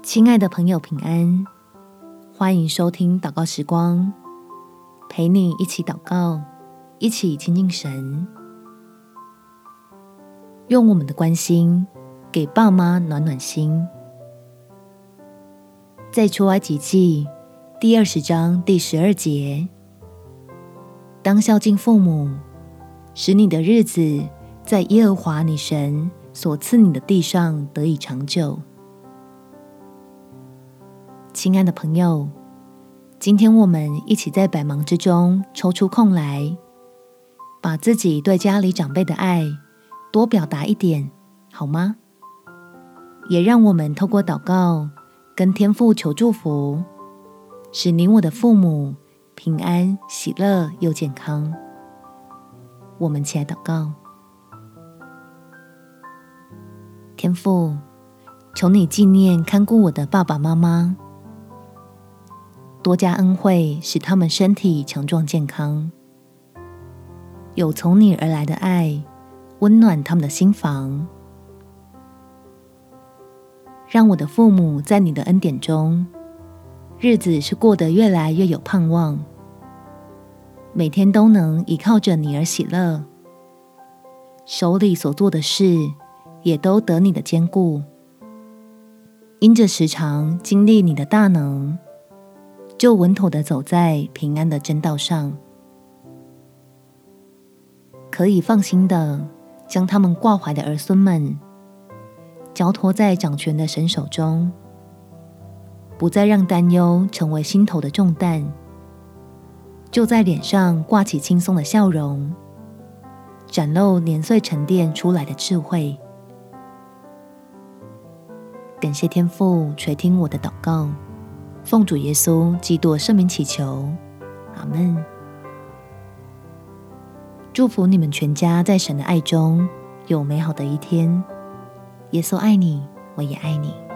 亲爱的朋友，平安，欢迎收听祷告时光，陪你一起祷告，一起亲近神。用我们的关心给爸妈暖暖心。在出埃及记第20章第12节，当孝敬父母，使你的日子在耶和华你神所赐你的地上得以长久。亲爱的朋友，今天我们一起在百忙之中抽出空来，把自己对家里长辈的爱多表达一点，好吗？也让我们透过祷告跟天父求祝福，使你我的父母平安、喜乐又健康。我们起来祷告。天父，求你纪念看顾我的爸爸妈妈，多加恩惠，使他们身体强壮健康，有从你而来的爱温暖他们的心房。让我的父母在你的恩典中，日子是过得越来越有盼望，每天都能依靠着你而喜乐，手里所做的事也都得你的坚固，因着时常经历你的大能，就稳妥地走在平安的真道上，可以放心地将他们挂怀的儿孙们交托在掌权的神手中，不再让担忧成为心头的重担，就在脸上挂起轻松的笑容，展露年岁沉淀出来的智慧。感谢天父垂听我的祷告，奉主耶稣基督圣名祈求，阿们。祝福你们全家在神的爱中有美好的一天。耶稣爱你，我也爱你。